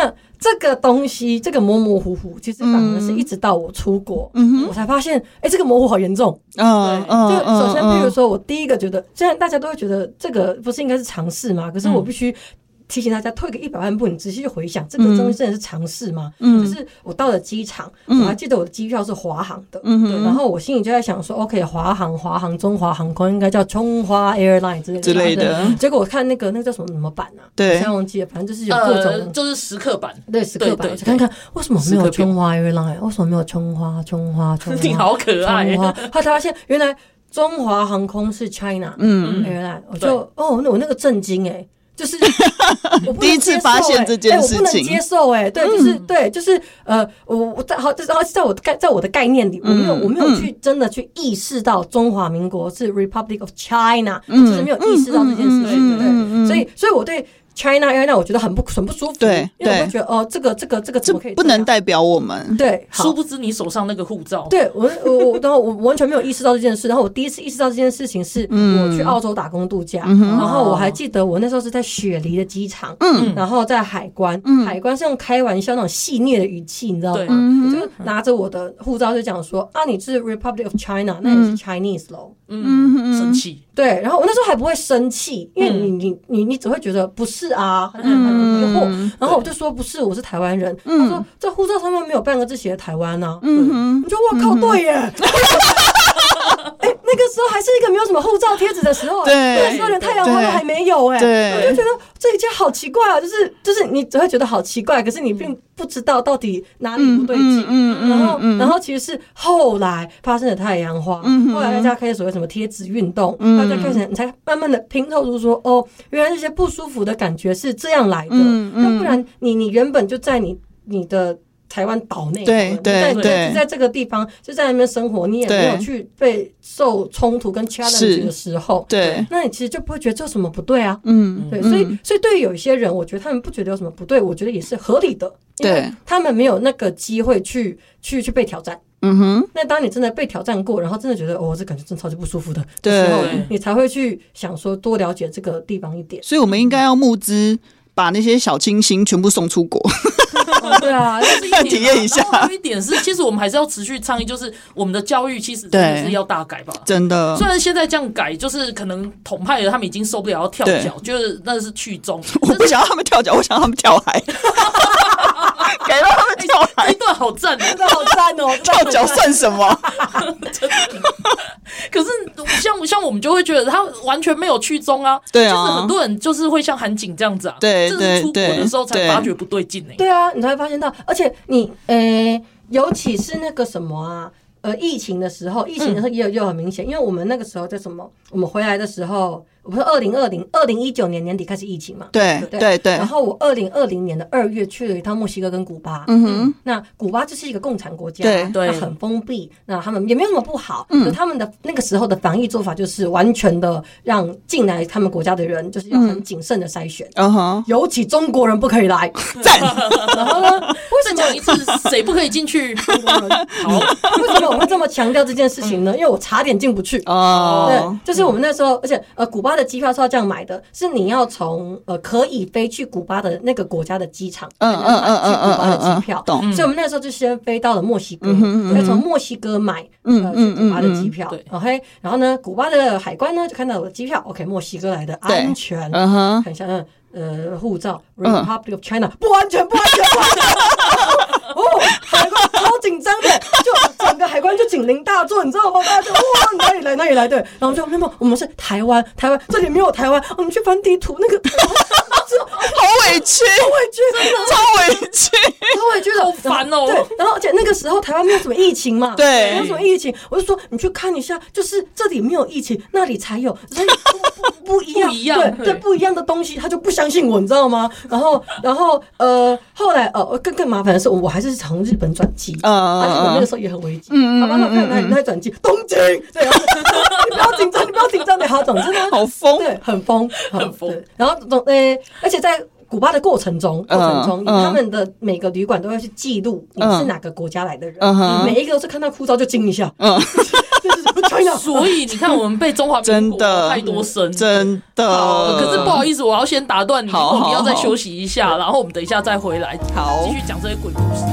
这个东西，这个模模糊糊，其实反而是一直到我出国，嗯、我才发现，哎、欸，这个模糊好严重。嗯，对，就首先，比如说，我第一个觉得，现在大家都会觉得这个不是应该是常识吗？可是我必须提醒大家，退个一百万步，你仔细去回想，这个东西真的是常识吗？嗯，就是我到了机场，嗯、我还记得我的机票是华航的，嗯，对，然后我心里就在想说 ，OK， 华航、华航、中华航空应该叫中华 Airline 之类的之类的。 结果我看那个那个叫什么什么版啊？ 对， 现在忘记了，反正就是有各种， 呃、就是时刻版， 对，时刻版。我看看为什么没有中华 Airline， 为什么没有中华、中华、中华？ 你好可爱。 后来发现原来中华航空是 China， 嗯 Airline， 我就哦，那我那个震惊哎、欸。就是我不能接受、欸、 第一次发现这件事情， 欸、我不能接受哎、欸，对，就是、嗯、对，就是呃，我我在好，就是在我的概在我的概念里，我没有、嗯、我没有去真的去意识到中华民国是 Republic of China，、嗯、就是没有意识到这件事情，对对、嗯，所以所以我对。China Airline 我觉得很不很不舒服， 对， 因为我会觉得哦，这个这个这个怎么可以不能代表我们？ 对， 殊不知你手上那个护照， 对我我我然后我完全没有意识到这件事，然后我第一次意识到这件事情是我去澳洲打工度假，嗯、然后我还记得我那时候是在雪梨的机场，嗯，然后在海关，嗯、海关是用开玩笑那种戏谑的语气，你知道吗？我就拿着我的护照就讲说啊，你是 Republic of China， 那你是 Chinese 咯， 嗯，生气。 对，然后我那时候还不会生气，因为你你你你只会觉得不是啊，很很很疑惑。然后我就说不是，我是台湾人。嗯、他说这护照上面没有半个字写台湾啊。嗯，我就我靠，对耶。哎、欸，那个时候还是一个没有什么护照贴纸的时候， 对， 那个时候连太阳花都还没有哎、欸，我就觉得这一切好奇怪啊，就是就是你只会觉得好奇怪，可是你并不知道到底哪里不对劲，嗯嗯、然后、嗯、然后其实是后来发生了太阳花，嗯、后来大家开始所谓什么贴纸运动，嗯、大家开始你才慢慢的拼凑出说哦，原来这些不舒服的感觉是这样来的，嗯嗯、要不然你你原本就在你你的。台湾岛内， 对对对， 在在这个地方就在那边生活，你也没有去被受冲突跟 challenge 的时候， 对， 那你其实就不会觉得这有什么不对啊，嗯，对，所以所以对于有一些人，我觉得他们不觉得有什么不对，我觉得也是合理的，因为他们没有那个机会去去去被挑战。嗯哼，那当你真的被挑战过，然后真的觉得哦，这感觉真的超级不舒服的时候，你才会去想说多了解这个地方一点。 所以我们应该要募资，把那些小清新全部送出国。 哦、对啊， 就是体验一下。 然后还有一点是，其实我们还是要持续倡议，就是我们的教育其实真的是要大改吧。真的，虽然现在这样改，就是可能统派的他们已经受不了要跳脚，就是那是去中。 我不想要他们跳脚，我想要他们跳海。改到他们跳海， 这一段好赞， 真的好赞哦！ 跳脚算什么？ 真的。可是像像我们就会觉得他完全没有去中啊， 对啊， 就是很多人就是会像韩景这样子啊， 对， 这是出国的时候才发觉不对劲哎、欸， 对啊，你才会发现到，而且你呃、欸，尤其是那个什么啊。呃，疫情的时候，疫情的时候也有也有很明显，因为我们那个时候在什么，我们回来的时候，我不是二零二零二零一九年年底开始疫情嘛， 对对对对。 然后我二零二零年的二月去了一趟墨西哥跟古巴，嗯哼，那古巴就是一个共产国家， 对对，很封闭，那他们也没有什么不好，嗯，他们的那个时候的防疫做法就是完全的让进来他们国家的人就是要很谨慎的筛选，嗯哼，尤其中国人不可以来， 赞。 然后呢，为什么讲一次谁不可以进去？中国人，好， 为什么我会这么强调这件事情呢？因为我差点进不去哦，对，就是我们那时候，而且呃，古巴的机票是要这样买的，是你要从呃可以飞去古巴的那个国家的机场，嗯嗯嗯嗯去古巴的机票，懂。所以我们那时候就先飞到了墨西哥，再从墨西哥买呃去古巴的机票 ，OK。然后呢，古巴的海关呢就看到我的机票 ，OK， 墨西哥来的安全，嗯哼，看一下嗯呃护照 ，Republic of China 不安全，不安全，不安全。哦，海关超紧张的，就整个海关就警铃大作，你知道吗？大家就哇哪里来哪里来，对，然后就没有，我们是台湾，台湾这里没有台湾，我们去翻地图那个， 好委屈， 好委屈， 超委屈， 超委屈的， 好烦哦。 对，然后而且那个时候台湾没有什么疫情嘛， 对， 没有什么疫情，我就说你去看一下，就是这里没有疫情，那里才有，所以不不一样， 不一样， 对对，不一样的东西，他就不相信我，你知道吗？然后然后呃，后来呃更更麻烦的是，我还是从日本转机，嗯，日本那个时候也很危机，嗯，好吧，那我看哪里哪里转机，东京，对，你不要紧张，你不要紧张，对，好，总之呢， 好疯， 对，很疯， 很疯， 然后总呃，而且在古巴的过程中，过程中，嗯、他们的每个旅馆都要去记录你是哪个国家来的人，嗯、每一个都是看到护照就惊一下，嗯、就是 China。 所以你看，我们被中华民国太多声， 真的。 可是不好意思，我要先打断你， 好好好你要再休息一下，然后我们等一下再回来， 好， 继续讲这些鬼故事。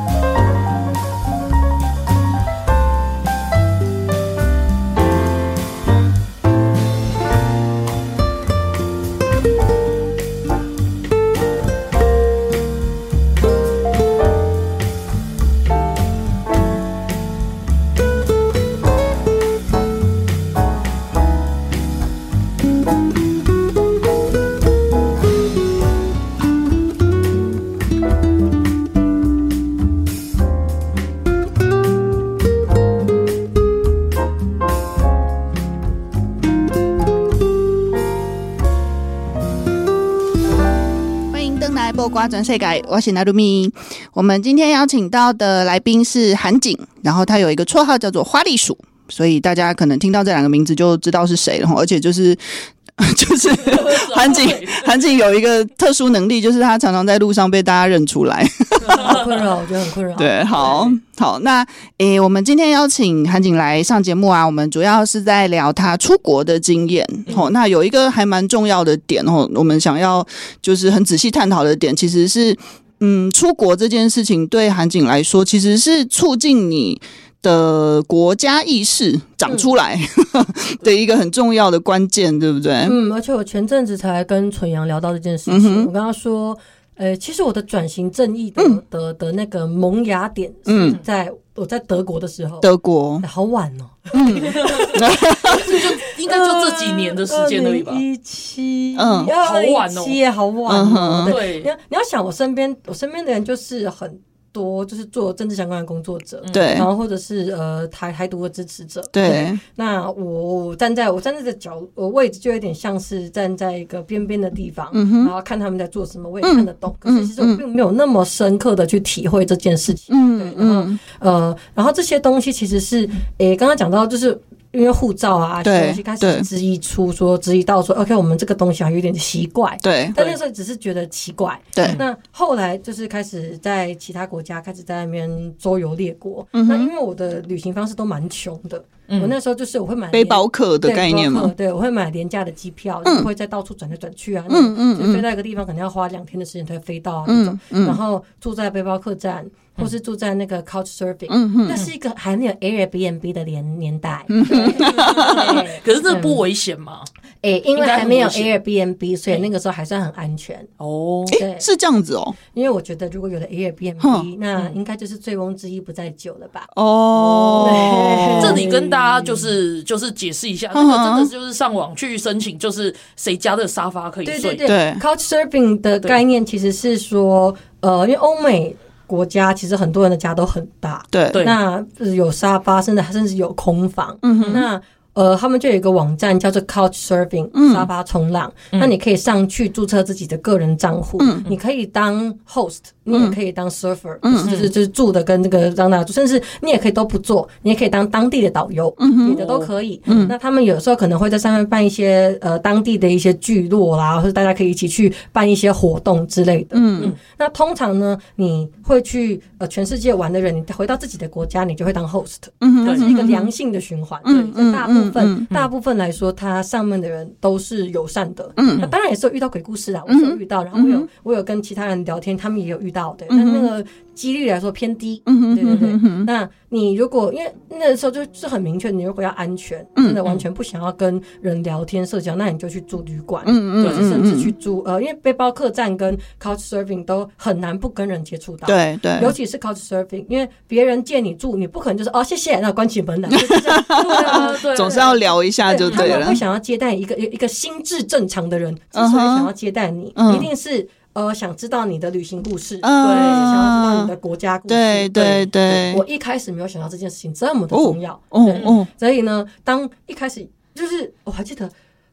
播瓜转世界，我是纳鲁咪。我们今天邀请到的来宾是韩景，然后他有一个绰号叫做花栗鼠，所以大家可能听到这两个名字就知道是谁了。而且就是就是韩景，韩景有一个特殊能力，就是他常常在路上被大家认出来， 好困扰，我觉得很困扰。 对，好好，那诶，我们今天邀请韩景来上节目啊，我们主要是在聊他出国的经验。哦，那有一个还蛮重要的点哦，我们想要就是很仔细探讨的点，其实是嗯，出国这件事情对韩景来说，其实是促进你的国家意识长出来的一个很重要的关键，对不对？ 嗯，而且我前阵子才跟纯阳聊到这件事情，嗯、我跟他说，呃，其实我的转型正义的、嗯、的的那个萌芽点是在、嗯、我在德国的时候， 德国、 欸、好晚哦， 嗯，就应该就这几年的时间而已吧， 一七， 嗯，好晚哦， 也好晚哦， 嗯、对， 你要你要想，我身边我身边的人就是很多就是做政治相关的工作者， 对， 然后或者是呃台台独的支持者， 对。 对，那我站在我站在的角我位置就有点像是站在一个边边的地方，嗯、然后看他们在做什么，我也看得懂。嗯、可是其实我并没有那么深刻的去体会这件事情。嗯，对，然后呃，然后这些东西其实是诶，刚刚讲到就是。因为护照啊，东西开始质疑出说，质疑到说 ，OK， 我们这个东西好像有点奇怪。 对， 但那时候只是觉得奇怪。 对， 那后来就是开始在其他国家开始在那边周游列国。嗯、那因为我的旅行方式都蛮穷的，嗯、我那时候就是我会买背包客的概念嘛， 对，我会买廉价的机票，嗯、会在到处转来转去啊。嗯嗯嗯，飞到一个地方可能要花两天的时间才会飞到啊那种。嗯嗯，然后住在背包客栈。或是住在那个 Couch Surfing，嗯、那是一个还没有 Airbnb 的年年代，嗯、 可是这不危险吗？ 哎、欸，因为还没有 Airbnb， 所以那个时候还算很安全哦。对，是这样子哦。 因为我觉得如果有了 Airbnb， 那应该就是醉翁之意不在酒了吧？ 哦， 这里跟大家就是就是解释一下，那个真的就是上网去申请，就是谁家的沙发可以睡。 对对对 ，Couch Surfing 的概念其实是说，呃，因为欧美。国家其实很多人的家都很大， 对， 那有沙发，甚至甚至有空房。嗯、那呃，他们就有一个网站叫做 Couch Surfing，、嗯、沙发冲浪。嗯、那你可以上去注册自己的个人账户，嗯、你可以当 host， 你也可以当 surfer，、嗯、就是就是住的跟这个让大家住，甚至你也可以都不做，你也可以当当地的导游，嗯、你的都可以。嗯、那他们有时候可能会在上面办一些呃当地的一些聚落啦，或者大家可以一起去办一些活动之类的。嗯，嗯那通常呢，你会去呃全世界玩的人，你回到自己的国家，你就会当 host， 嗯，它是一个良性的循环。嗯、对，大部分、嗯、大部分来说，它上面的人都是友善的。嗯，那当然也是有遇到鬼故事啊，我是有遇到，然后我有我有跟其他人聊天，他们也有遇到的，但那个几率来说偏低。嗯，对对对。那你如果因为那时候就是很明确，你如果要安全，真的完全不想要跟人聊天社交，那你就去住旅馆，嗯嗯，甚至去住呃，因为背包客栈跟 Couch Surfing 都很难不跟人接触到。 对对， 尤其是 Couch Surfing， 因为别人借你住，你不可能就是哦谢谢，那关起门来，就这样对啊，对， 总是要聊一下就对了。 他们会想要接待一个一个心智正常的人，之所以想要接待你，一定是。呃，想知道你的旅行故事，对，想要知道你的国家故事， 对对 对, 对。 我一开始没有想到这件事情这么的重要， 哦哦， 所以呢，当一开始就是我还记得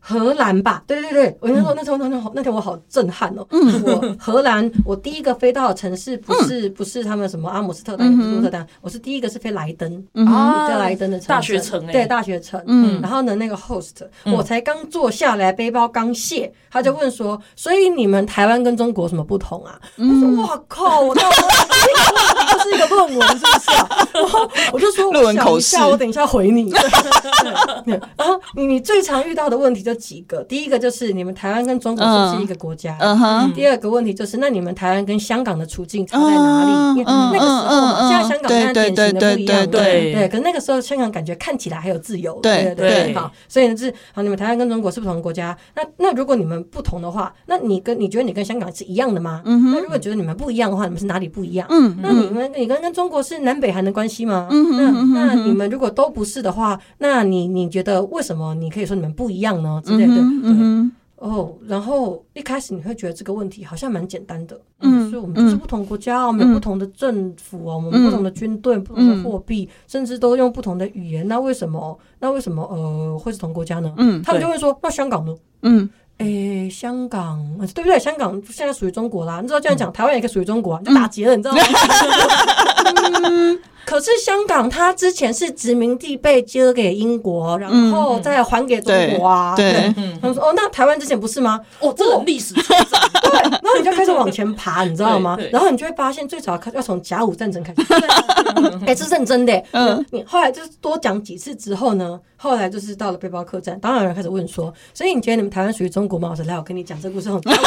荷兰吧，对对对，我那时候那时候那天那天我好震撼哦。嗯，我荷兰，我第一个飞到的城市不是、嗯、不是他们什么阿姆斯特丹、嗯、波特丹，我是第一个是飞莱登，啊，在莱登的城大学城、欸， 对大学城。嗯，然后呢，那个 host，、嗯、我才刚坐下来，背包刚卸，他就问说，所以你们台湾跟中国有什么不同啊？嗯、我说哇靠，我到这是一个论文是不是啊？然后我就说，我想一下，我等一下回你。然后你你最常遇到的问题就几个，第一个就是你们台湾跟中国是不是一个国家？嗯哼。第二个问题就是那你们台湾跟香港的处境差在哪里？因为那个时候嘛，现在香港当然典型的不一样，对对。可是那个时候香港感觉看起来还有自由，对对对。好，所以呢是好，你们台湾跟中国是不同的国家。那那如果你们不同的话，那你跟你觉得你跟香港是一样的吗？嗯那如果觉得你们不一样的话，你们是哪里不一样？嗯。那你们你跟跟中国是南北韩的关系吗？嗯那那你们如果都不是的话，那你你觉得为什么你可以说你们不一样呢？之类的，对。哦，然后一开始你会觉得这个问题好像蛮简单的，嗯，所以我们就是不同国家，我们有不同的政府哦，我们不同的军队，不同的货币，甚至都用不同的语言，那为什么那为什么呃会是同国家呢？嗯，他们就会说，那香港呢？嗯。诶，香港对不对？香港现在属于中国啦。你知道这样讲，台湾也可以属于中国啊，就打结了，你知道吗？嗯，可是香港它之前是殖民地被接给英国，然后再还给中国啊。对，对嗯、他们说哦，那台湾之前不是吗？ 哦，这种历史对， 然后你就开始往前爬，你知道吗？然后你就会发现，最早要从甲午战争开始。哎、欸，这是认真的、欸。嗯，你后来就是多讲几次之后呢，后来就是到了背包客栈，当然有人开始问说，所以你觉得你们台湾属于中国吗？我说来，我跟你讲这个故事很就,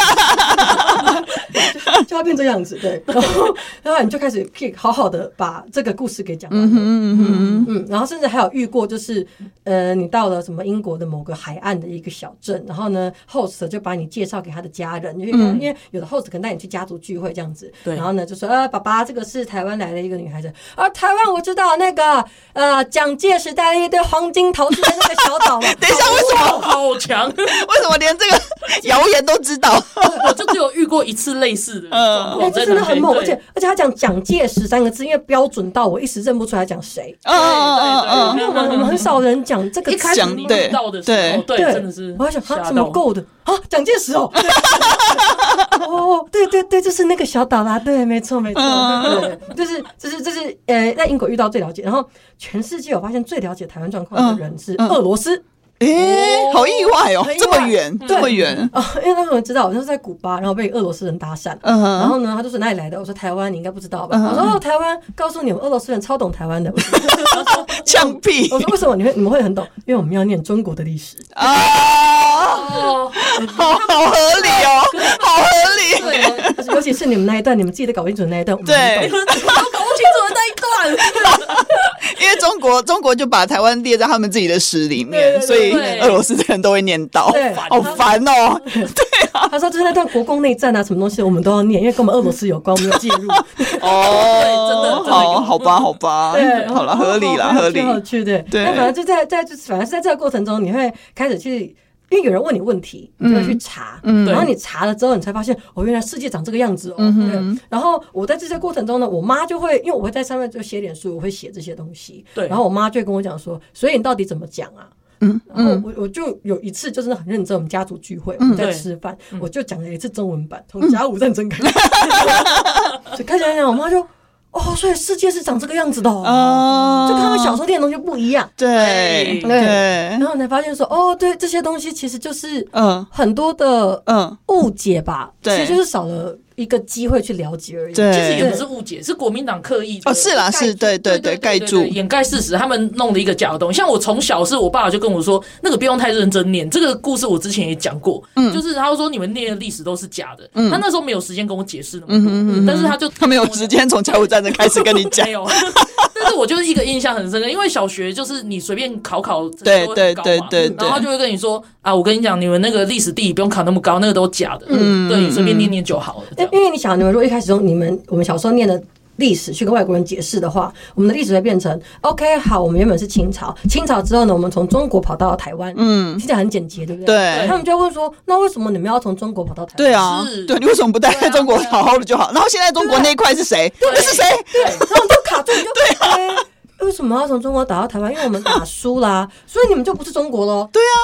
就要变这样子，对。然后，然后你就开始可以好好的把这个故事给讲完了。嗯嗯嗯。然后甚至还有遇过，就是呃，你到了什么英国的某个海岸的一个小镇，然后呢 ，host 就把你介绍给他的家人，因为、嗯、因为有的 host 可能带你去家族聚会这样子。对。然后呢，就说呃，爸爸，这个是台湾来的一个女孩子，啊，台湾我知道那个呃，蒋介石带了一堆黄金投资在那个小岛嘛。 等一下，为什么好强？ 为什么连这个谣言都知道？ 我就只有遇过一次类似的状况， 这真的很猛，而且而且他讲蒋介石三个字，因为标准到我一时认不出来讲谁。 对对对，因为我们我们很少人讲这个， 一开始你遇到的时候，对，真的是， 我在想他怎么够的啊？蒋介石哦，哦，对对对，就是那个小岛啦，对，没错没错，对，就是就是就是呃，在英国遇到最了解，然后全世界我发现最了解台湾状况的人是俄罗斯。 哎、欸，好意外哦，这么远，这么远啊、哦！因为他们知道我那是在古巴，然后被俄罗斯人搭讪，嗯、然后呢，他就说哪里来的？我说台湾，你应该不知道吧？嗯、我说哦，台湾，告诉你们，俄罗斯人超懂台湾的。 呛屁！ 我说为什么你会你们会很懂？因为我们要念中国的历史啊，好好合理哦，好合理。 对，尤其是你们那一段，你们自己都搞不清楚的那一段， 对， 你们都搞不清楚的那一段， 因为中国中国就把台湾列在他们自己的史里面，对对对，所以俄罗斯的人都会念到，好烦哦。对啊， 他说就是那段国共内战啊，什么东西我们都要念，因为跟我们俄罗斯有关，我们有介入。 哦，真的，好好吧，好吧，对，好了，合理啦，合理， 好趣，对。对，那反正就在在就反正是在这个过程中，你会开始去。因为有人问你问题，你就会去查，嗯、然后你查了之后，你才发现哦，原来世界长这个样子哦。嗯、对。然后我在这些过程中呢，我妈就会，因为我会在上面就写脸书，我会写这些东西。对。然后我妈就会跟我讲说，所以你到底怎么讲啊？嗯。然后我我就有一次就是很认真，我们家族聚会，我们在吃饭，嗯、我就讲了一次中文版，从甲午战争开始，就开始讲，我妈就。哦，所以世界是长这个样子的哦，就跟他们小时候念的东西不一样。 对对， 然后才发现说，哦，对，这些东西其实就是嗯很多的嗯误解吧，其实就是少了一个机会去了解而已。 其实也不是误解，是国民党刻意哦，是啦，是对对对，盖住掩盖事实，他们弄的一个假的东西。像我从小是我爸爸就跟我说，那个不用太认真念。这个故事我之前也讲过，嗯，就是他说你们念的历史都是假的，嗯，他那时候没有时间跟我解释那么多，嗯、但是他就他没有时间从甲午战争开始跟你讲， 没有。但是我就是一个印象很深刻，因为小学就是你随便考考， 对对对对， 然后他就会跟你说啊，我跟你讲，你们那个历史地理不用考那么高，那个都假的，嗯，对，你随便念念就好了。 因为你想，你们如果一开始用你们我们小时候念的历史去跟外国人解释的话，我们的历史会变成 OK 好，我们原本是清朝，清朝之后呢，我们从中国跑到了台湾，嗯，听起来很简洁，对不对？对，他们就会问说，那为什么你们要从中国跑到台湾？ 对啊，对，你为什么不待在中国好好的就好？然后现在中国那一块是谁？那是谁？ 对，然后就卡住，你就对啊。为什么要从中国打到台湾？因为我们打输啦，所以你们就不是中国咯。 对啊，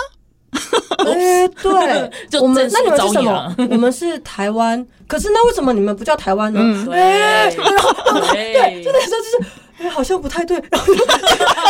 哎，对， 就我们那你们是什么？ 啊、 我们是台湾，可是那为什么你们不叫台湾呢？ 嗯、对， 哎、对，对，就那时候就是。哎、欸，好像不太对，然后我就开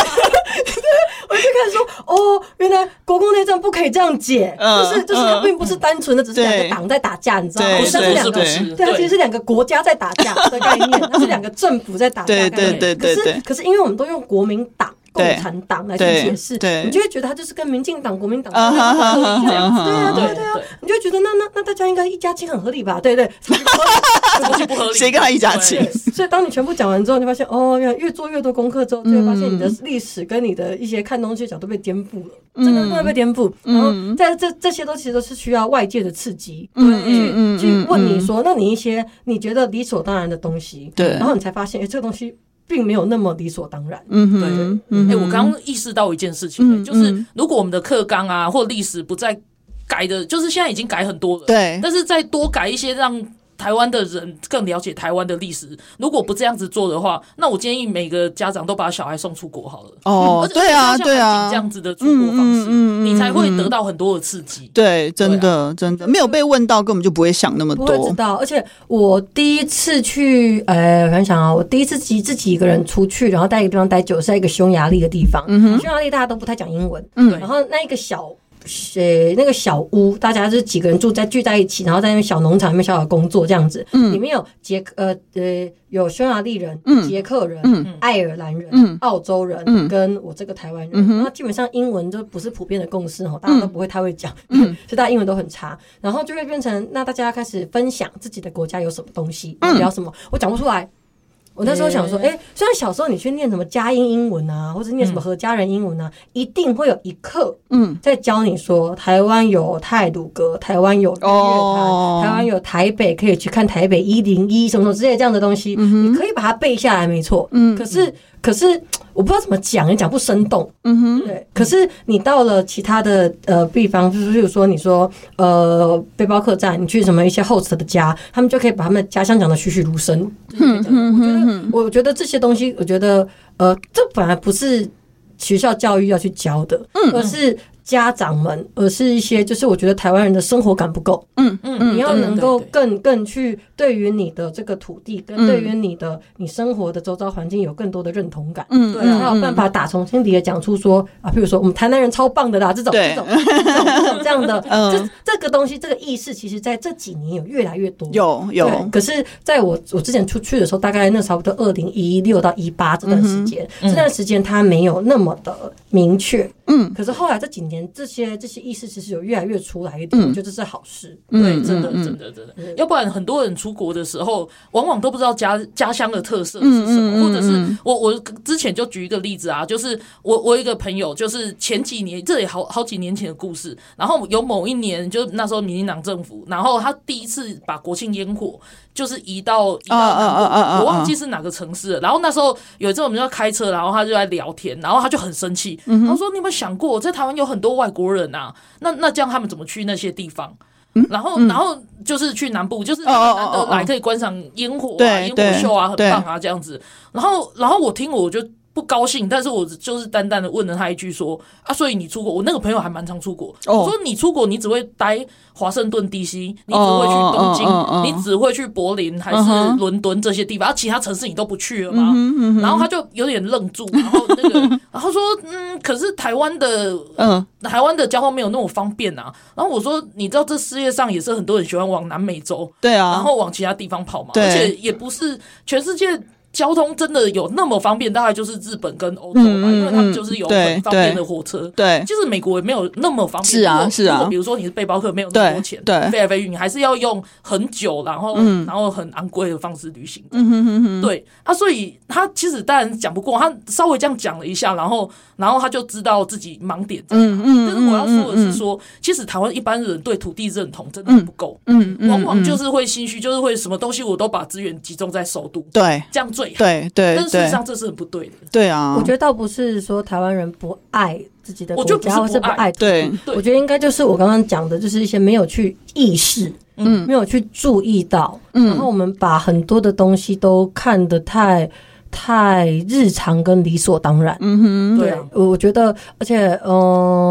始说，哦，原来国共内战不可以这样解，嗯、就是就是它并不是单纯的只是两个党在打架，你知道吗？它是两个，对，它其实是两个国家在打架的概念，它是两个政府在打架的概念。 对对对对对。 可是可是因为我们都用国民党。共产党来去解释，你就会觉得他就是跟民进党、国民党这样子，对啊，对啊，对啊，你就会觉得那那那大家应该一家亲很合理吧？对对， 不合理， 谁跟他一家亲？ 所以当你全部讲完之后，你发现哦，原来越做越多功课之后，就会发现你的历史跟你的一些看东西的角度被颠覆了，真的会被颠覆。然后在这这些都其实都是需要外界的刺激，去去问你说，那你一些你觉得理所当然的东西，对，然后你才发现，哎，这个东西。并没有那么理所当然。 嗯哼， 对，嗯，哎、欸，我刚刚意识到一件事情、欸嗯，就是如果我们的课纲啊或历史不再改的，就是现在已经改很多了， 对， 但是再多改一些让。台湾的人更了解台湾的历史。如果不这样子做的话，那我建议每个家长都把小孩送出国好了。 哦，对啊，对啊， 这样子的出国方式，嗯嗯嗯、你才会得到很多的刺激。 对，真的、啊、真的没有被问到，根本就不会想那么多， 不会知道。而且我第一次去，呃，我想想啊，我第一次自己自己一个人出去，然后在一个地方待久，是在一个匈牙利的地方。嗯、匈牙利大家都不太讲英文，嗯，然后那一个小。呃，那个小屋，大家就是几个人住在聚在一起，然后在那边小农场里面小小工作这样子。嗯，里面有捷呃呃有匈牙利人、嗯、捷克人、嗯、爱尔兰人、嗯、澳洲人、嗯、跟我这个台湾人。嗯、然后基本上英文就不是普遍的共识哦，大家都不会太会讲，嗯，所以大家英文都很差。然后就会变成那大家开始分享自己的国家有什么东西，嗯、聊什么，我讲不出来。我那时候想说，哎、欸，虽然小时候你去念什么佳音英文啊，或者念什么何家人英文啊，嗯、一定会有一课，嗯，在教你说台湾有太鲁阁，台湾有日月潭，哦、台湾有台北，可以去看台北一零一什么什么之类的这样的东西，嗯、你可以把它背下来，没错，嗯，可是可是我不知道怎么讲，也讲不生动，嗯哼，对。可是你到了其他的呃地方，就是比如说你说呃背包客栈，你去什么一些 host 的家，他们就可以把他们的家乡讲得栩栩如生，嗯嗯。我觉得这些东西，我觉得呃，这本来不是学校教育要去教的，嗯，而是家长们，而是一些就是我觉得台湾人的生活感不够，嗯嗯，你要能够更更去对于你的这个土地跟对于你的你生活的周遭环境有更多的认同感，嗯，对，才有办法打从心底的讲出说啊，比如说我们台南人超棒的啦，这种这种这种这样的，这这个东西这个意识，其实在这几年有越来越多， 有有， 可是在我我之前出去的时候，大概那差不多二零一六到一八这段时间，这段时间它没有那么的明确，嗯，可是后来这几年。这些这些意识其实有越来越出来一点，嗯、我觉得这是好事。 嗯、对，真的，嗯、真的，真的。嗯、要不然很多人出国的时候，往往都不知道家家乡的特色是什么，嗯、或者是我我之前就举一个例子啊，就是我我有一个朋友，就是前几年，这也好好几年前的故事。然后有某一年，就那时候民进党政府，然后他第一次把国庆烟火就是移到移到南部，我忘记是哪个城市了。然后那时候有一次我们就要开车，然后他就在聊天，然后他就很生气，嗯、他说：“你有没有想过，在台湾有很多外国人啊，那那这样他们怎么去那些地方？嗯、然后、嗯、然后就是去南部，就是难得来可以观赏烟火啊、烟火秀啊，很棒啊这样子。然后然后我听我就。”不高兴，但是我就是淡淡的问了他一句说啊，所以你出国，我那个朋友还蛮常出国。Oh. 我说你出国，你只会待华盛顿 D C， 你只会去东京， oh, oh, oh, oh. 你只会去柏林还是伦敦这些地方，而、uh-huh. 其他城市你都不去了吗？ uh-huh, uh-huh. 然后他就有点愣住，然后那个，然后说嗯，可是台湾的，嗯、uh-huh. 台湾的交通没有那么方便啊。然后我说，你知道这世界上也是很多人喜欢往南美洲，对啊，然后往其他地方跑嘛，而且也不是全世界。交通真的有那么方便，大概就是日本跟欧洲吧、嗯，因为他们就是有很方便的火车。对，其实美国也没有那么方便。是啊，是啊。如果比如说你是背包客，没有那么多钱，对，飞来飞去，你还是要用很久，然后、嗯、然后很昂贵的方式旅行。嗯哼哼哼。对啊，所以他其实当然讲不过，他稍微这样讲了一下，然后然后他就知道自己盲点在哪。嗯嗯。但是我要说的是说，嗯、其实台湾一般人对土地认同真的不够。嗯嗯。往往就是会心虚，就是会什么东西我都把资源集中在首都。对，这样最好。 对对。 但是事实上这是很不对的。 对啊， 我觉得倒不是说台湾人不爱自己的国家，或是不爱土地。对，我觉得应该就是我刚刚讲的，就是一些没有去意识，嗯，没有去注意到，嗯，然后我们把很多的东西都看得太太日常跟理所当然。嗯哼，对，我觉得，而且，嗯、呃。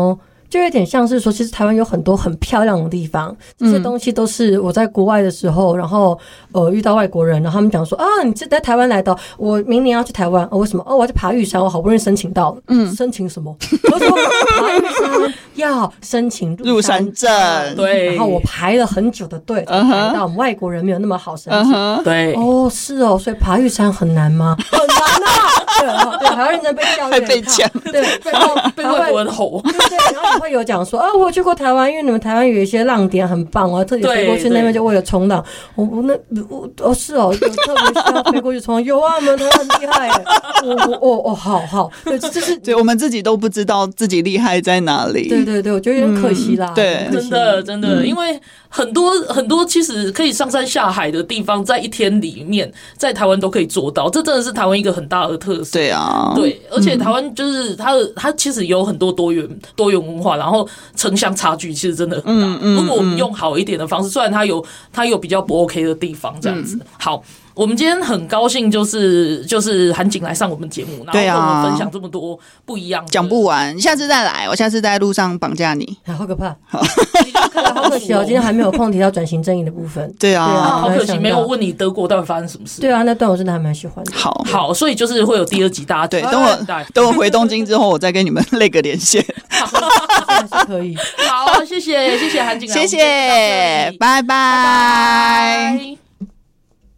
就有点像是说，其实台湾有很多很漂亮的地方，这些东西都是我在国外的时候，然后呃遇到外国人，然后他们讲说啊，你是在台湾来的，我明年要去台湾，哦，为什么？哦，我要去爬玉山，我好不容易申请到了，嗯，申请什么？我说爬玉山要申请入山证， 对， 然后我排了很久的队才排到，我们外国人没有那么好申请， uh-huh, 对， 哦，是哦，所以爬玉山很难吗？很难啊。对，对，还要认真被教育， 还被讲， 对， 被被外国人吼， 对对，然后你会有讲说啊，我去过台湾，因为你们台湾有一些浪点很棒，我特别飞过去那边就为了冲浪。我我那我哦是哦，有特别需要飞过去冲浪，有啊，我们台湾很厉害耶。我我哦哦好好，对，这是对我们自己都不知道自己厉害在哪里。 对对对，我觉得有点可惜啦。 嗯、对， 真的真的，嗯、因为很多很多其实可以上山下海的地方，在一天里面，在台湾都可以做到，这真的是台湾一个很大的特色。 对啊， 对，而且台湾就是它的，它其实有很多多元多元文化，然后城乡差距其实真的很大。嗯嗯、如果我们用好一点的方式，虽然它有它有比较不 OK 的地方，这样子。嗯、好，我们今天很高兴，就是就是韩景来上我们节目，然后跟我们分享这么多不一样的， 讲不完，下次再来，我下次在路上绑架你。 好可怕！好，好可惜哦，今天还没有空提到转型正义的部分。 对啊， 对啊，好可惜，没有问你德国到底发生什么事。 对啊，那段我真的还蛮喜欢的。 好， 好，所以就是会有第二集，大家对，等我等我回东京之后，我再跟你们累个连线。 是可以。 好，谢谢谢谢韩景， 谢谢，拜拜。 拜拜。